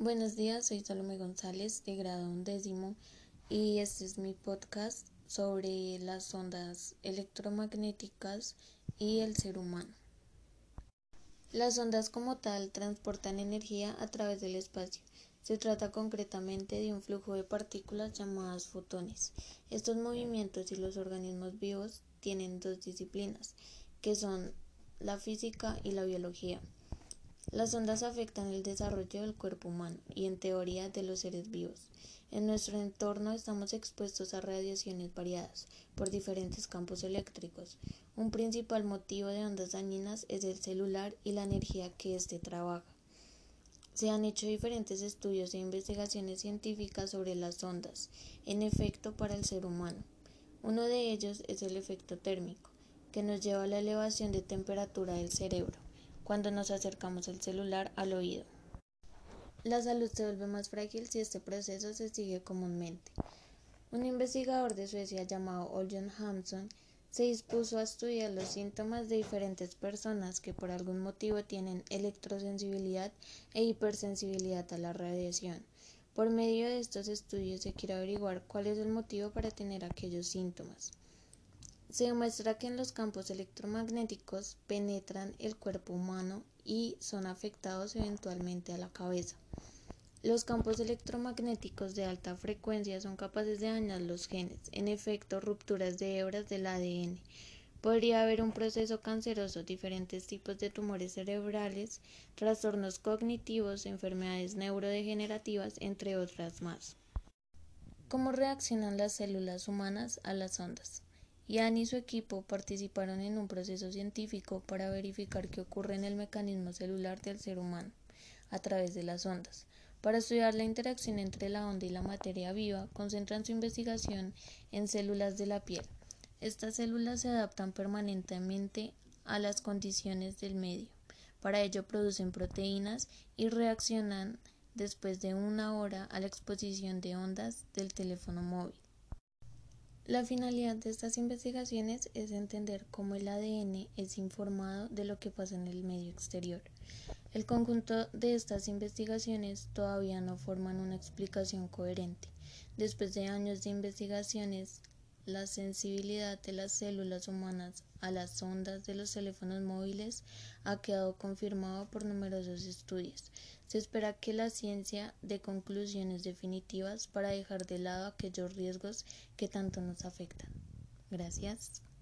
Buenos días, soy Salomé González de grado 11 y este es mi podcast sobre las ondas electromagnéticas y el ser humano. Las ondas como tal transportan energía a través del espacio. Se trata concretamente de un flujo de partículas llamadas fotones. Estos movimientos y los organismos vivos tienen dos disciplinas, que son la física y la biología. Las ondas afectan el desarrollo del cuerpo humano y, en teoría, de los seres vivos. En nuestro entorno estamos expuestos a radiaciones variadas por diferentes campos eléctricos. Un principal motivo de ondas dañinas es el celular y la energía que éste trabaja. Se han hecho diferentes estudios e investigaciones científicas sobre las ondas en efecto para el ser humano. Uno de ellos es el efecto térmico, que nos lleva a la elevación de temperatura del cerebro cuando nos acercamos el celular al oído. La salud se vuelve más frágil si este proceso se sigue comúnmente. Un investigador de Suecia llamado Oljon Hansson se dispuso a estudiar los síntomas de diferentes personas que por algún motivo tienen electrosensibilidad e hipersensibilidad a la radiación. Por medio de estos estudios se quiere averiguar cuál es el motivo para tener aquellos síntomas. Se demuestra que los campos electromagnéticos penetran el cuerpo humano y son afectados eventualmente a la cabeza. Los campos electromagnéticos de alta frecuencia son capaces de dañar los genes, en efecto, rupturas de hebras del ADN. Podría haber un proceso canceroso, diferentes tipos de tumores cerebrales, trastornos cognitivos, enfermedades neurodegenerativas, entre otras más. ¿Cómo reaccionan las células humanas a las ondas? Ian y su equipo participaron en un proceso científico para verificar qué ocurre en el mecanismo celular del ser humano a través de las ondas. Para estudiar la interacción entre la onda y la materia viva, concentran su investigación en células de la piel. Estas células se adaptan permanentemente a las condiciones del medio. Para ello producen proteínas y reaccionan después de 1 hora a la exposición de ondas del teléfono móvil. La finalidad de estas investigaciones es entender cómo el ADN es informado de lo que pasa en el medio exterior. El conjunto de estas investigaciones todavía no forman una explicación coherente. Después de años de investigaciones, la sensibilidad de las células humanas a las ondas de los teléfonos móviles ha quedado confirmado por numerosos estudios. Se espera que la ciencia dé conclusiones definitivas para dejar de lado aquellos riesgos que tanto nos afectan. Gracias.